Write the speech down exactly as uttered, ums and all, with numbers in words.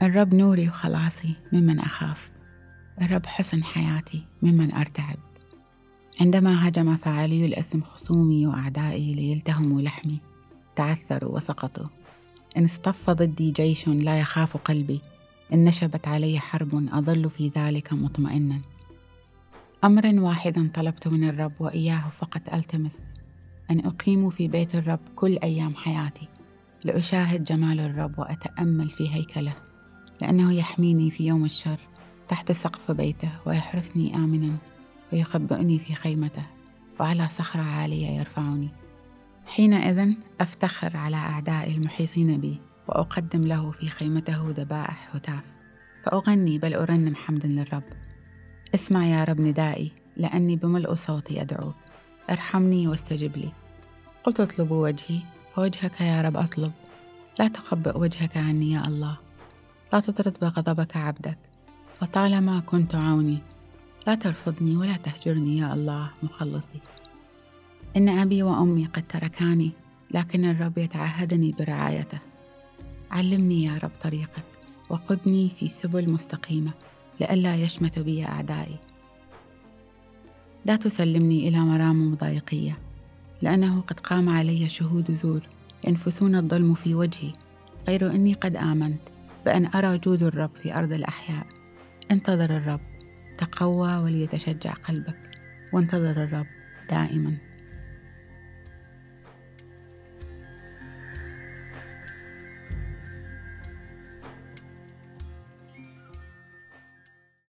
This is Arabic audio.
الرب نوري وخلاصي ممن أخاف، الرب حصن حياتي ممن أرتعب. عندما هجم فاعلي الإثم خصومي وأعدائي ليلتهموا لحمي، تعثروا وسقطوا. إن اصطف ضدي جيش لا يخاف قلبي، إن نشبت علي حرب أظل في ذلك مطمئنا. أمر واحدا طلبت من الرب وإياه فقط ألتمس، أن أقيم في بيت الرب كل أيام حياتي، لأشاهد جمال الرب وأتأمل في هيكله، لأنه يحميني في يوم الشر تحت سقف بيته، ويحرسني آمنا ويخبئني في خيمته، وعلى صخرة عالية يرفعني. حينئذ أفتخر على أعدائي المحيطين بي، وأقدم له في خيمته ذبائح هتاف، فأغني بل أرنم حمدا للرب. اسمع يا رب ندائي، لأني بملء صوتي أدعوك، ارحمني واستجب لي. قلت اطلبوا وجهي، فوجهك يا رب أطلب. لا تخبئ وجهك عني يا الله، لا تطرد بغضبك عبدك، فطالما كنت عوني. لا ترفضني ولا تهجرني يا الله مخلصي. إن أبي وأمي قد تركاني، لكن الرب يتعهدني برعايته. علمني يا رب طريقك، وقدني في سبل مستقيمة، لئلا يشمت بي أعدائي. لا تسلمني إلى مرام مضايقية، لأنه قد قام علي شهود زور ينفثون الظلم في وجهي، غير إني قد آمنت بأن أرى جود الرب في أرض الأحياء. انتظر الرب، تقوى وليتشجع قلبك، وانتظر الرب دائما.